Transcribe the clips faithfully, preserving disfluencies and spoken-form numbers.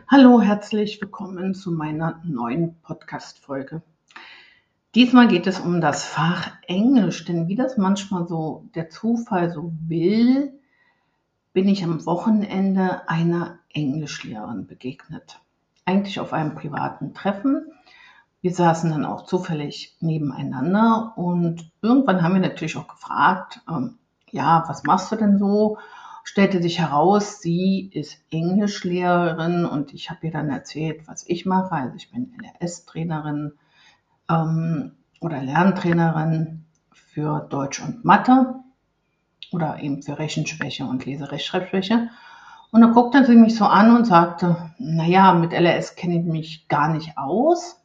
Hallo, herzlich willkommen zu meiner neuen Podcast-Folge. Diesmal geht es um das Fach Englisch, denn wie das manchmal so der Zufall so will, bin ich am Wochenende einer Englischlehrerin begegnet. Eigentlich auf einem privaten Treffen. Wir saßen dann auch zufällig nebeneinander und irgendwann haben wir natürlich auch gefragt, ähm, ja, was machst du denn so? Stellte sich heraus, sie ist Englischlehrerin und ich habe ihr dann erzählt, was ich mache. Also ich bin L R S-Trainerin ähm, oder Lerntrainerin für Deutsch und Mathe oder eben für Rechenschwäche und Leserechtschreibschwäche. Und dann guckte sie mich so an und sagte, naja, mit L R S kenne ich mich gar nicht aus,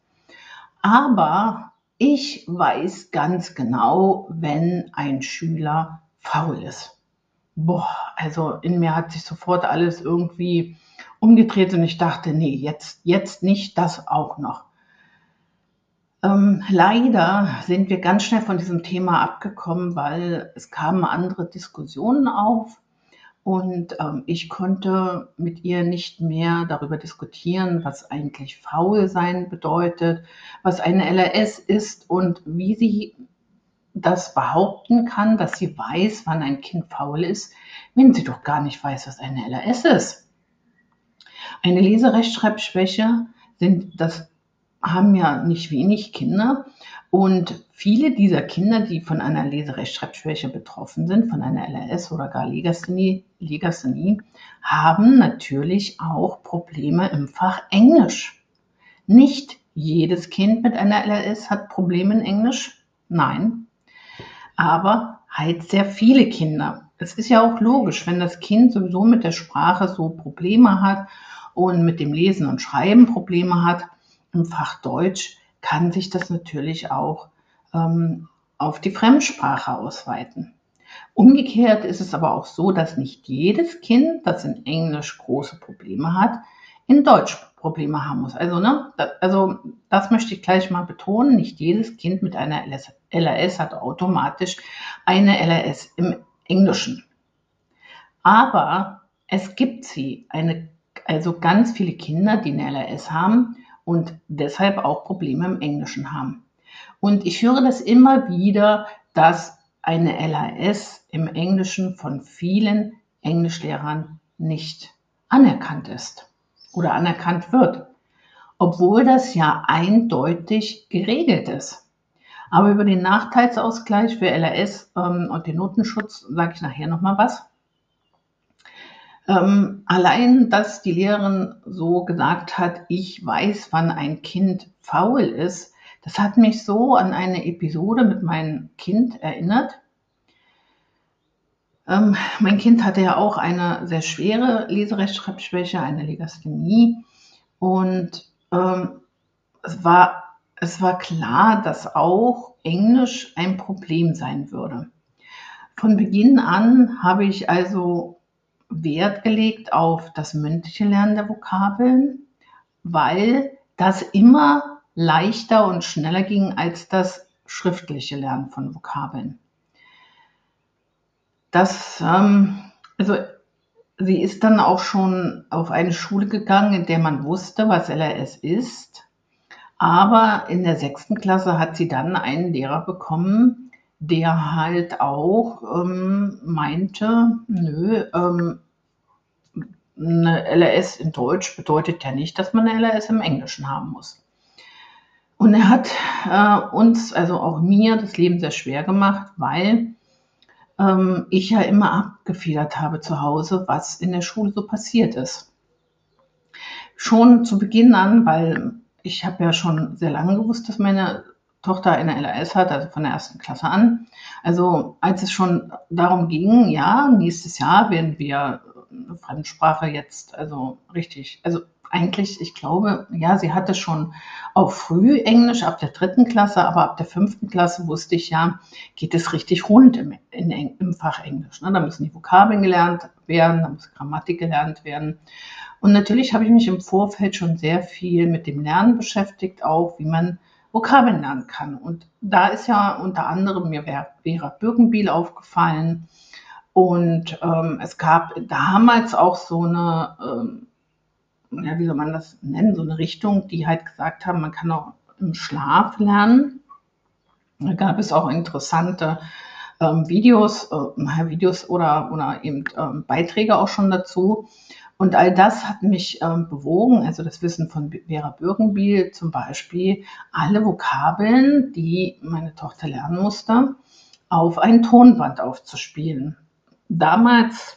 aber ich weiß ganz genau, wenn ein Schüler faul ist. Boah, also in mir hat sich sofort alles irgendwie umgedreht und ich dachte, nee, jetzt, jetzt nicht das auch noch. Ähm, leider sind wir ganz schnell von diesem Thema abgekommen, weil es kamen andere Diskussionen auf und ähm, ich konnte mit ihr nicht mehr darüber diskutieren, was eigentlich faul sein bedeutet, was eine L R S ist und wie sie das behaupten kann, dass sie weiß, wann ein Kind faul ist, wenn sie doch gar nicht weiß, was eine L R S ist. Eine Leserechtschreibschwäche sind, das haben ja nicht wenig Kinder und viele dieser Kinder, die von einer Leserechtschreibschwäche betroffen sind, von einer L R S oder gar Legasthenie, Legasthenie, haben natürlich auch Probleme im Fach Englisch. Nicht jedes Kind mit einer L R S hat Probleme in Englisch, nein, aber halt sehr viele Kinder. Es ist ja auch logisch, wenn das Kind sowieso mit der Sprache so Probleme hat und mit dem Lesen und Schreiben Probleme hat im Fach Deutsch, kann sich das natürlich auch ähm, auf die Fremdsprache ausweiten. Umgekehrt ist es aber auch so, dass nicht jedes Kind, das in Englisch große Probleme hat, in Deutsch Probleme haben muss. Also, ne, das, also das möchte ich gleich mal betonen. Nicht jedes Kind mit einer L R S hat automatisch eine L R S im Englischen. Aber es gibt sie, eine, also ganz viele Kinder, die eine L R S haben und deshalb auch Probleme im Englischen haben. Und ich höre das immer wieder, dass eine L R S im Englischen von vielen Englischlehrern nicht anerkannt ist oder anerkannt wird, obwohl das ja eindeutig geregelt ist. Aber über den Nachteilsausgleich für L R S ähm, und den Notenschutz sage ich nachher nochmal was. Ähm, allein, dass die Lehrerin so gesagt hat, ich weiß, wann ein Kind faul ist, das hat mich so an eine Episode mit meinem Kind erinnert. Ähm, mein Kind hatte ja auch eine sehr schwere Leserechtschreibschwäche, eine Legasthenie. Und ähm, es war, es war klar, dass auch Englisch ein Problem sein würde. Von Beginn an habe ich also Wert gelegt auf das mündliche Lernen der Vokabeln, weil das immer leichter und schneller ging als das schriftliche Lernen von Vokabeln. Das, ähm, also sie ist dann auch schon auf eine Schule gegangen, in der man wusste, was L R S ist. Aber in der sechsten Klasse hat sie dann einen Lehrer bekommen, der halt auch ähm, meinte, nö, ähm, eine L R S in Deutsch bedeutet ja nicht, dass man eine L R S im Englischen haben muss. Und er hat äh, uns, also auch mir, das Leben sehr schwer gemacht, weil ähm, ich ja immer abgefedert habe zu Hause, was in der Schule so passiert ist. Schon zu Beginn an, weil ich habe ja schon sehr lange gewusst, dass meine Tochter eine L R S hat, also von der ersten Klasse an. Also als es schon darum ging, ja, nächstes Jahr werden wir eine Fremdsprache jetzt, also richtig, also eigentlich, ich glaube, ja, sie hatte schon auch früh Englisch ab der dritten Klasse, aber ab der fünften Klasse wusste ich ja, geht es richtig rund im, in, im Fach Englisch. Ne? Da müssen die Vokabeln gelernt werden, da muss Grammatik gelernt werden. Und natürlich habe ich mich im Vorfeld schon sehr viel mit dem Lernen beschäftigt, auch wie man Vokabeln lernen kann. Und da ist ja unter anderem mir Vera Birkenbiel aufgefallen. Und ähm, es gab damals auch so eine ähm, ja, wie soll man das nennen, so eine Richtung, die halt gesagt haben, man kann auch im Schlaf lernen. Da gab es auch interessante ähm, Videos, äh, Videos oder, oder eben ähm, Beiträge auch schon dazu. Und all das hat mich ähm, bewogen, also das Wissen von Vera Birkenbiel zum Beispiel, alle Vokabeln, die meine Tochter lernen musste, auf ein Tonband aufzuspielen. Damals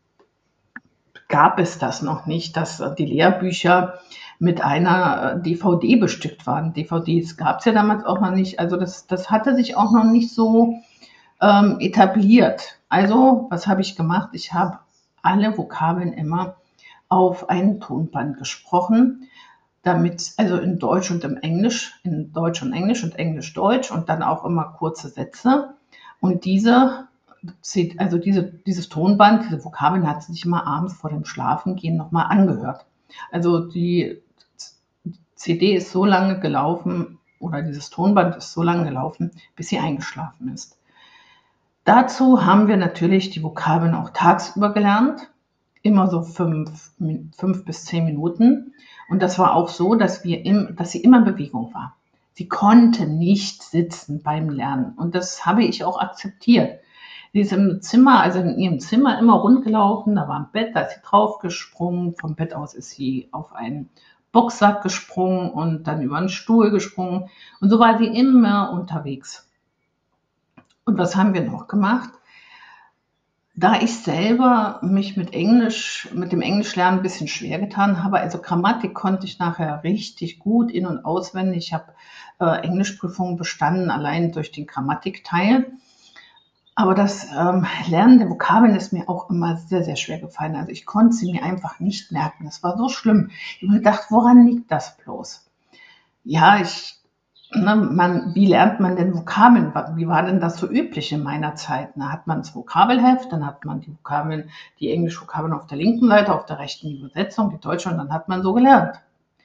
gab es das noch nicht, dass die Lehrbücher mit einer D V D bestückt waren. D V Ds gab es ja damals auch noch nicht. Also das, das hatte sich auch noch nicht so ähm, etabliert. Also was habe ich gemacht? Ich habe alle Vokabeln immer auf ein Tonband gesprochen, damit, also in Deutsch und im Englisch, in Deutsch und Englisch und Englisch-Deutsch und dann auch immer kurze Sätze. Und diese, also diese, dieses Tonband, diese Vokabeln hat sie sich immer abends vor dem Schlafengehen nochmal angehört. Also die C D ist so lange gelaufen oder dieses Tonband ist so lange gelaufen, bis sie eingeschlafen ist. Dazu haben wir natürlich die Vokabeln auch tagsüber gelernt, immer so fünf, fünf bis zehn Minuten. Und das war auch so, dass, wir im, dass sie immer in Bewegung war. Sie konnte nicht sitzen beim Lernen und das habe ich auch akzeptiert. Sie ist im Zimmer, also in ihrem Zimmer immer rundgelaufen, da war ein Bett, da ist sie draufgesprungen, vom Bett aus ist sie auf einen Boxsack gesprungen und dann über einen Stuhl gesprungen und so war sie immer unterwegs. Und was haben wir noch gemacht? Da ich selber mich mit Englisch, mit dem Englischlernen ein bisschen schwer getan habe, also Grammatik konnte ich nachher richtig gut in- und auswendig. Ich habe äh, Englischprüfungen bestanden, allein durch den Grammatikteil. Aber das ähm, Lernen der Vokabeln ist mir auch immer sehr, sehr schwer gefallen. Also ich konnte sie mir einfach nicht merken. Das war so schlimm. Ich habe mir gedacht, woran liegt das bloß? Ja, ich Ne, man, wie lernt man denn Vokabeln? Wie war denn das so üblich in meiner Zeit? Da hat man das Vokabelheft, dann hat man die Vokabeln, die englischen Vokabeln auf der linken Seite, auf der rechten die Übersetzung, die deutsche, und dann hat man so gelernt.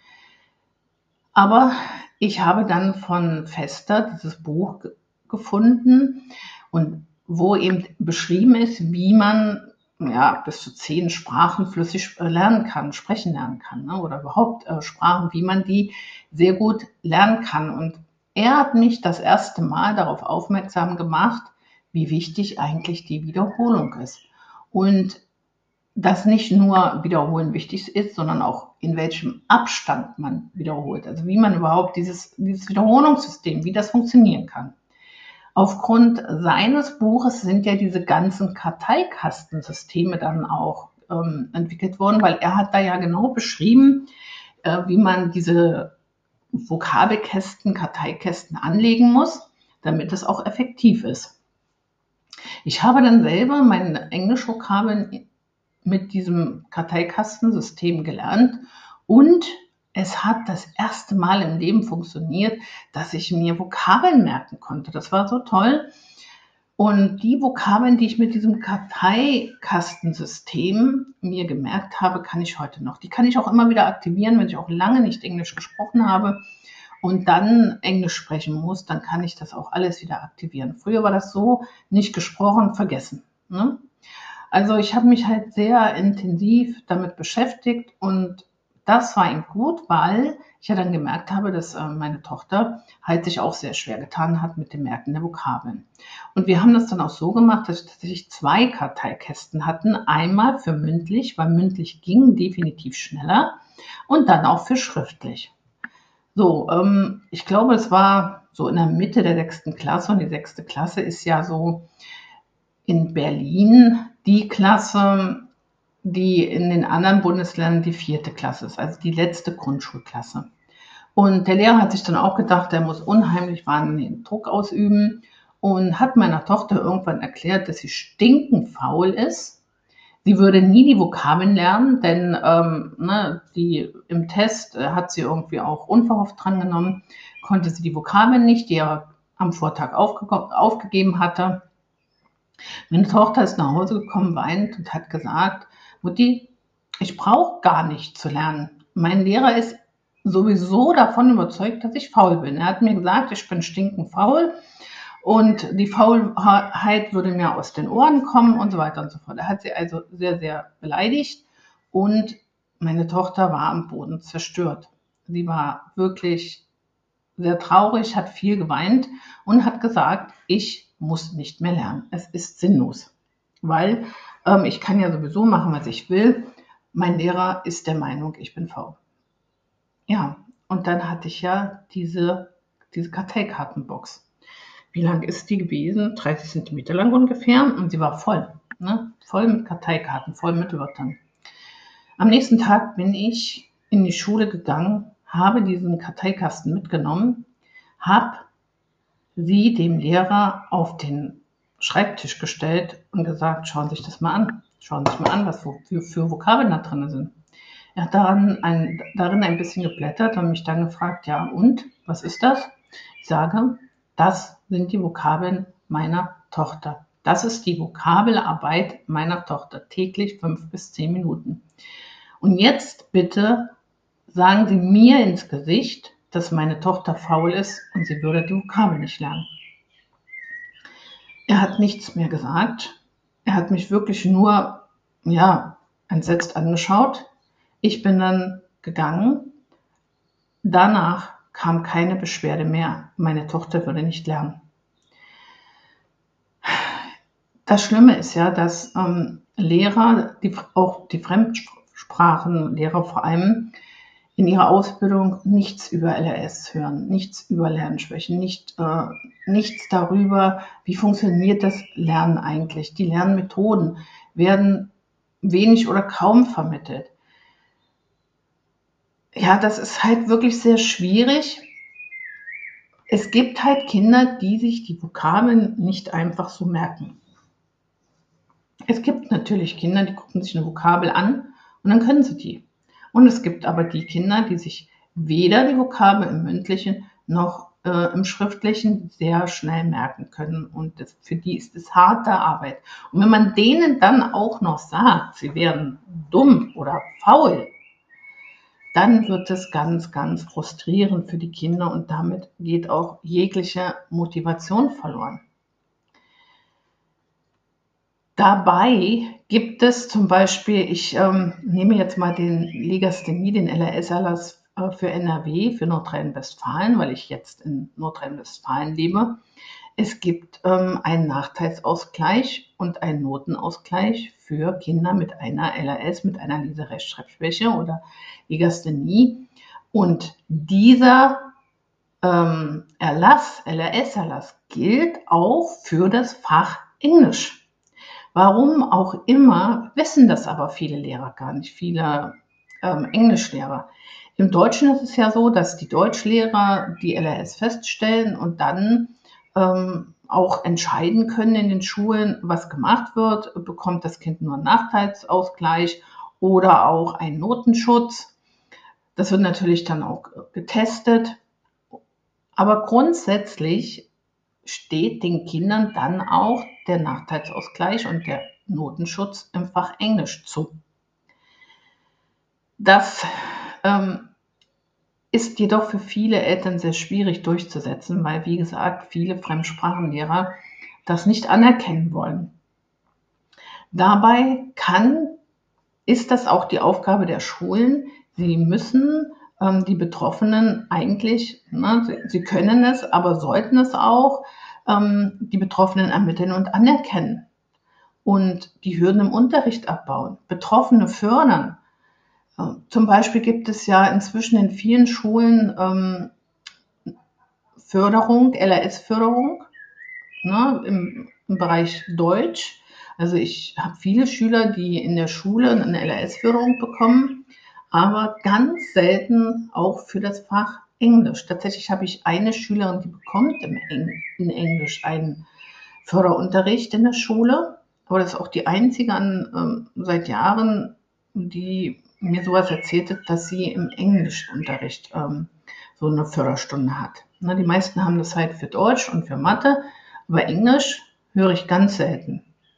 Aber ich habe dann von Vester dieses Buch ge- gefunden und wo eben beschrieben ist, wie man ja, bis zu zehn Sprachen flüssig äh, lernen kann, sprechen lernen kann, ne? Oder überhaupt äh, Sprachen, wie man die sehr gut lernen kann. Und er hat mich das erste Mal darauf aufmerksam gemacht, wie wichtig eigentlich die Wiederholung ist. Und dass nicht nur Wiederholen wichtig ist, sondern auch in welchem Abstand man wiederholt. Also wie man überhaupt dieses, dieses Wiederholungssystem, wie das funktionieren kann. Aufgrund seines Buches sind ja diese ganzen Karteikastensysteme dann auch ähm, entwickelt worden, weil er hat da ja genau beschrieben, äh, wie man diese Vokabelkästen, Karteikästen anlegen muss, damit es auch effektiv ist. Ich habe dann selber meine Englischvokabeln mit diesem Karteikastensystem gelernt und es hat das erste Mal im Leben funktioniert, dass ich mir Vokabeln merken konnte. Das war so toll. Und die Vokabeln, die ich mit diesem Karteikastensystem mir gemerkt habe, kann ich heute noch. Die kann ich auch immer wieder aktivieren, wenn ich auch lange nicht Englisch gesprochen habe und dann Englisch sprechen muss, dann kann ich das auch alles wieder aktivieren. Früher war das so, nicht gesprochen, vergessen. Ne? Also ich habe mich halt sehr intensiv damit beschäftigt und das war ihm gut, weil ich ja dann gemerkt habe, dass äh, meine Tochter halt sich auch sehr schwer getan hat mit dem Merken der Vokabeln. Und wir haben das dann auch so gemacht, dass wir tatsächlich zwei Karteikästen hatten. Einmal für mündlich, weil mündlich ging definitiv schneller und dann auch für schriftlich. So, ähm, ich glaube, es war so in der Mitte der sechsten Klasse und die sechste Klasse ist ja so in Berlin die Klasse, die in den anderen Bundesländern die vierte Klasse ist, also die letzte Grundschulklasse. Und der Lehrer hat sich dann auch gedacht, er muss unheimlich wahnsinnigen Druck ausüben und hat meiner Tochter irgendwann erklärt, dass sie stinkend faul ist. Sie würde nie die Vokabeln lernen, denn ähm, ne, die, im Test äh, hat sie irgendwie auch unverhofft drangenommen, konnte sie die Vokabeln nicht, die er am Vortag aufge aufgegeben hatte. Meine Tochter ist nach Hause gekommen, weint und hat gesagt, Mutti, ich brauche gar nicht zu lernen. Mein Lehrer ist sowieso davon überzeugt, dass ich faul bin. Er hat mir gesagt, ich bin stinkend faul und die Faulheit würde mir aus den Ohren kommen und so weiter und so fort. Er hat sie also sehr, sehr beleidigt und Meine Tochter war am Boden zerstört. Sie war wirklich sehr traurig, hat viel geweint und hat gesagt, ich muss nicht mehr lernen. Es ist sinnlos, weil ähm, ich kann ja sowieso machen, was ich will. Mein Lehrer ist der Meinung, ich bin faul. Ja, und dann hatte ich ja diese, diese Karteikartenbox. Wie lang ist die gewesen? dreißig Zentimeter lang ungefähr und sie war voll, ne? Voll mit Karteikarten, voll mit Wörtern. Am nächsten Tag bin ich in die Schule gegangen, habe diesen Karteikasten mitgenommen, habe sie dem Lehrer auf den Schreibtisch gestellt und gesagt, schauen Sie sich das mal an. Schauen Sie sich mal an, was für, für Vokabeln da drin sind. Er hat daran ein, darin ein bisschen geblättert und mich dann gefragt, ja und, was ist das? Ich sage, das sind die Vokabeln meiner Tochter. Das ist die Vokabelarbeit meiner Tochter, täglich fünf bis zehn Minuten. Und jetzt bitte sagen Sie mir ins Gesicht, dass meine Tochter faul ist und sie würde die Vokabel nicht lernen. Er hat nichts mehr gesagt. Er hat mich wirklich nur, ja, entsetzt angeschaut. Ich bin dann gegangen. Danach kam keine Beschwerde mehr. Meine Tochter würde nicht lernen. Das Schlimme ist ja, dass ähm, Lehrer, die, auch die Fremdsprachenlehrer vor allem, in ihrer Ausbildung nichts über L R S hören, nichts über Lernschwächen, nicht, äh, nichts darüber, wie funktioniert das Lernen eigentlich. Die Lernmethoden werden wenig oder kaum vermittelt. Ja, das ist halt wirklich sehr schwierig. Es gibt halt Kinder, die sich die Vokabeln nicht einfach so merken. Es gibt natürlich Kinder, die gucken sich eine Vokabel an und dann können sie die. Und es gibt aber die Kinder, die sich weder die Vokabel im Mündlichen noch äh, im Schriftlichen sehr schnell merken können. Und das, für die ist es harte Arbeit. Und wenn man denen dann auch noch sagt, sie werden dumm oder faul, dann wird es ganz, ganz frustrierend für die Kinder und damit geht auch jegliche Motivation verloren. Dabei gibt es zum Beispiel, ich ähm, nehme jetzt mal den Legasthenie, den L R S-Erlass äh, für N R W, für Nordrhein-Westfalen, weil ich jetzt in Nordrhein-Westfalen lebe. Es gibt ähm, einen Nachteilsausgleich und einen Notenausgleich für Kinder mit einer L R S, mit einer Lese-Rechtschreibschwäche oder Legasthenie. Und dieser ähm, Erlass, L R S-Erlass, gilt auch für das Fach Englisch. Warum auch immer, wissen das aber viele Lehrer gar nicht, viele ähm, Englischlehrer. Im Deutschen ist es ja so, dass die Deutschlehrer die L R S feststellen und dann ähm, auch entscheiden können in den Schulen, was gemacht wird. Bekommt das Kind nur einen Nachteilsausgleich oder auch einen Notenschutz? Das wird natürlich dann auch getestet. Aber grundsätzlich steht den Kindern dann auch der Nachteilsausgleich und der Notenschutz im Fach Englisch zu. Das ähm, ist jedoch für viele Eltern sehr schwierig durchzusetzen, weil, wie gesagt, viele Fremdsprachenlehrer das nicht anerkennen wollen. Dabei kann, ist das auch die Aufgabe der Schulen. Sie müssen ähm, die Betroffenen eigentlich, ne, sie, sie können es, aber sollten es auch, ähm, die Betroffenen ermitteln und anerkennen und die Hürden im Unterricht abbauen, Betroffene fördern. Ähm, zum Beispiel gibt es ja inzwischen in vielen Schulen ähm, Förderung, L R S-Förderung, ne, im, im Bereich Deutsch. Also ich habe viele Schüler, die in der Schule eine L R S-Förderung bekommen, aber ganz selten auch für das Fach Englisch. Tatsächlich habe ich eine Schülerin, die bekommt im Eng in Englisch einen Förderunterricht in der Schule, aber das ist auch die einzige an, ähm, seit Jahren, die mir sowas erzählt hat, dass sie im Englischunterricht ähm, so eine Förderstunde hat. Na, die meisten haben das halt für Deutsch und für Mathe, aber Englisch höre ich ganz selten.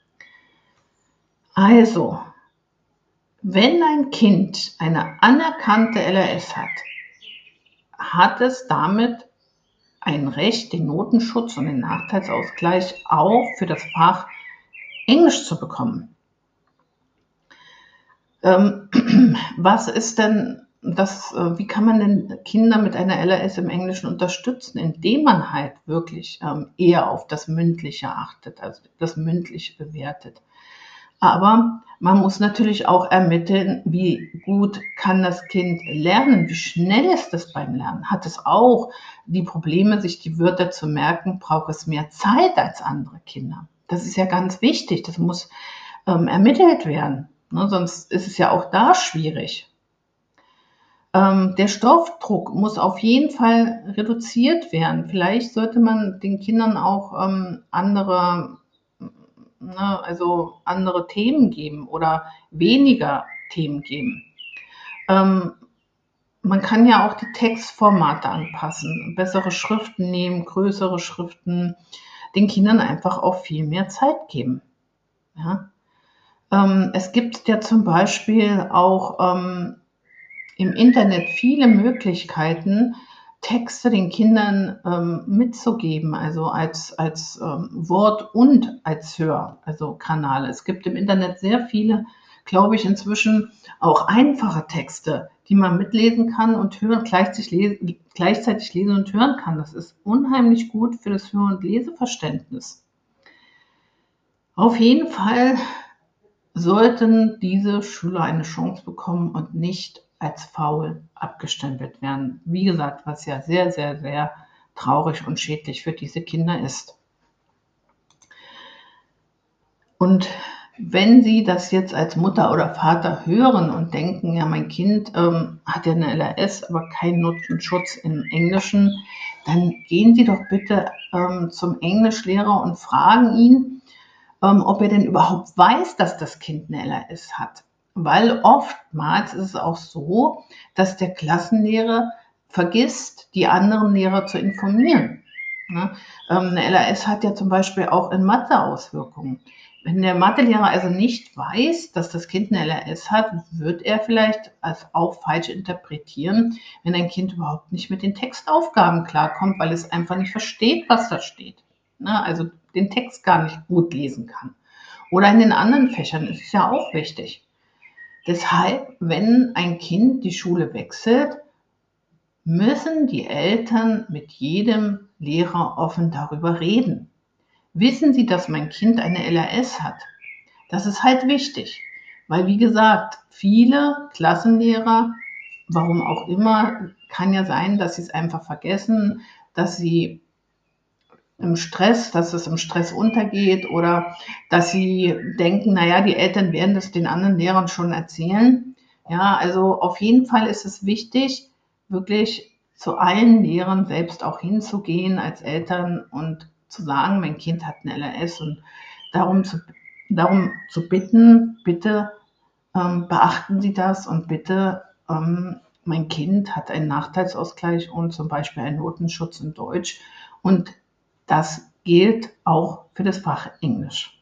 Also, wenn ein Kind eine anerkannte L R S hat, hat es damit ein Recht, den Notenschutz und den Nachteilsausgleich auch für das Fach Englisch zu bekommen. Ähm, was ist denn das, äh, wie kann man denn Kinder mit einer L R S im Englischen unterstützen, indem man halt wirklich ähm, eher auf das Mündliche achtet, also das Mündliche bewertet. Aber man muss natürlich auch ermitteln, wie gut kann das Kind lernen, wie schnell ist es beim Lernen, hat es auch die Probleme, sich die Wörter zu merken, braucht es mehr Zeit als andere Kinder. Das ist ja ganz wichtig, das muss ähm, ermittelt werden, ne? Sonst ist es ja auch da schwierig. Ähm, der Stoffdruck muss auf jeden Fall reduziert werden. Vielleicht sollte man den Kindern auch ähm, andere ne, also andere Themen geben oder weniger Themen geben. Ähm, man kann ja auch die Textformate anpassen, bessere Schriften nehmen, größere Schriften, den Kindern einfach auch viel mehr Zeit geben. Ja? Ähm, es gibt ja zum Beispiel auch ähm, im Internet viele Möglichkeiten, Texte den Kindern ähm, mitzugeben, also als, als ähm, Wort und als Hör, also Kanäle. Es gibt im Internet sehr viele, glaube ich, inzwischen auch einfache Texte, die man mitlesen kann und hören, gleichzeitig, lesen, gleichzeitig lesen und hören kann. Das ist unheimlich gut für das Hör- und Leseverständnis. Auf jeden Fall sollten diese Schüler eine Chance bekommen und nicht als faul abgestempelt werden. Wie gesagt, was ja sehr, sehr, sehr traurig und schädlich für diese Kinder ist. Und wenn Sie das jetzt als Mutter oder Vater hören und denken, ja, mein Kind ähm, hat ja eine L R S, aber keinen Nutzenschutz im Englischen, dann gehen Sie doch bitte ähm, zum Englischlehrer und fragen ihn, ähm, ob er denn überhaupt weiß, dass das Kind eine L R S hat. Weil oftmals ist es auch so, dass der Klassenlehrer vergisst, die anderen Lehrer zu informieren. Ne? Ähm, eine L R S hat ja zum Beispiel auch in Mathe Auswirkungen. Wenn der Mathelehrer also nicht weiß, dass das Kind eine L R S hat, wird er vielleicht als auch falsch interpretieren, wenn ein Kind überhaupt nicht mit den Textaufgaben klarkommt, weil es einfach nicht versteht, was da steht. Ne? Also den Text gar nicht gut lesen kann. Oder in den anderen Fächern ist es ja auch wichtig. Deshalb, wenn ein Kind die Schule wechselt, müssen die Eltern mit jedem Lehrer offen darüber reden. Wissen Sie, dass mein Kind eine L R S hat? Das ist halt wichtig, weil wie gesagt, viele Klassenlehrer, warum auch immer, kann ja sein, dass sie es einfach vergessen, dass sie im Stress, dass es im Stress untergeht oder dass sie denken, naja, die Eltern werden das den anderen Lehrern schon erzählen. Ja, also auf jeden Fall ist es wichtig, wirklich zu allen Lehrern selbst auch hinzugehen als Eltern und zu sagen, mein Kind hat eine L R S und darum zu, darum zu bitten, bitte ähm, beachten Sie das und bitte, ähm, mein Kind hat einen Nachteilsausgleich und zum Beispiel einen Notenschutz in Deutsch und das gilt auch für das Fach Englisch.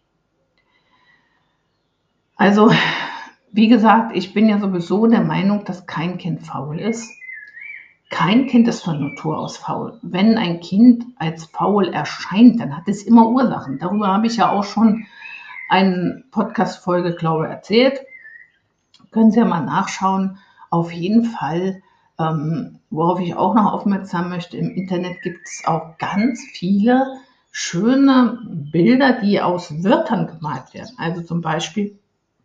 Also, wie gesagt, ich bin ja sowieso der Meinung, dass kein Kind faul ist. Kein Kind ist von Natur aus faul. Wenn ein Kind als faul erscheint, dann hat es immer Ursachen. Darüber habe ich ja auch schon eine Podcast-Folge, glaube ich, erzählt. Können Sie ja mal nachschauen. Auf jeden Fall, ähm, worauf ich auch noch aufmerksam möchte, im Internet gibt es auch ganz viele schöne Bilder, die aus Wörtern gemalt werden. Also zum Beispiel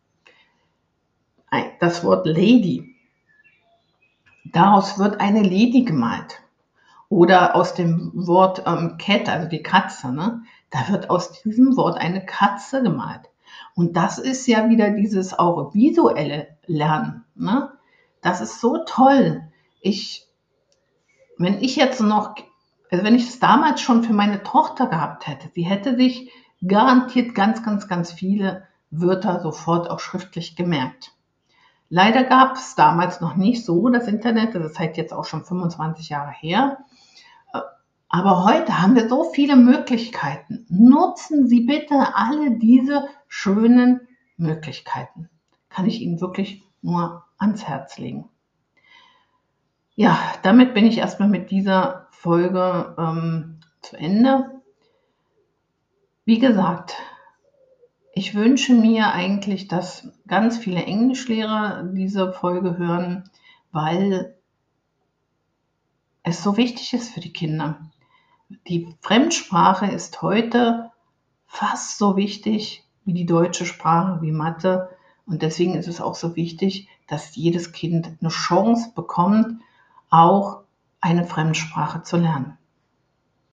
das Wort Lady. Daraus wird eine Lady gemalt. Oder aus dem Wort ähm, Cat, also die Katze, ne? Da wird aus diesem Wort eine Katze gemalt. Und das ist ja wieder dieses auch visuelle Lernen. Ne? Das ist so toll. Ich, wenn ich jetzt noch, also wenn ich es damals schon für meine Tochter gehabt hätte, sie hätte sich garantiert ganz, ganz, ganz viele Wörter sofort auch schriftlich gemerkt. Leider gab es damals noch nicht so das Internet, das ist halt jetzt auch schon fünfundzwanzig Jahre her. Aber heute haben wir so viele Möglichkeiten. Nutzen Sie bitte alle diese schönen Möglichkeiten. Kann ich Ihnen wirklich nur ans Herz legen. Ja, damit bin ich erstmal mit dieser Folge ähm, zu Ende. Wie gesagt, ich wünsche mir eigentlich, dass ganz viele Englischlehrer diese Folge hören, weil es so wichtig ist für die Kinder. Die Fremdsprache ist heute fast so wichtig wie die deutsche Sprache, wie Mathe. Und deswegen ist es auch so wichtig, dass jedes Kind eine Chance bekommt, auch eine Fremdsprache zu lernen.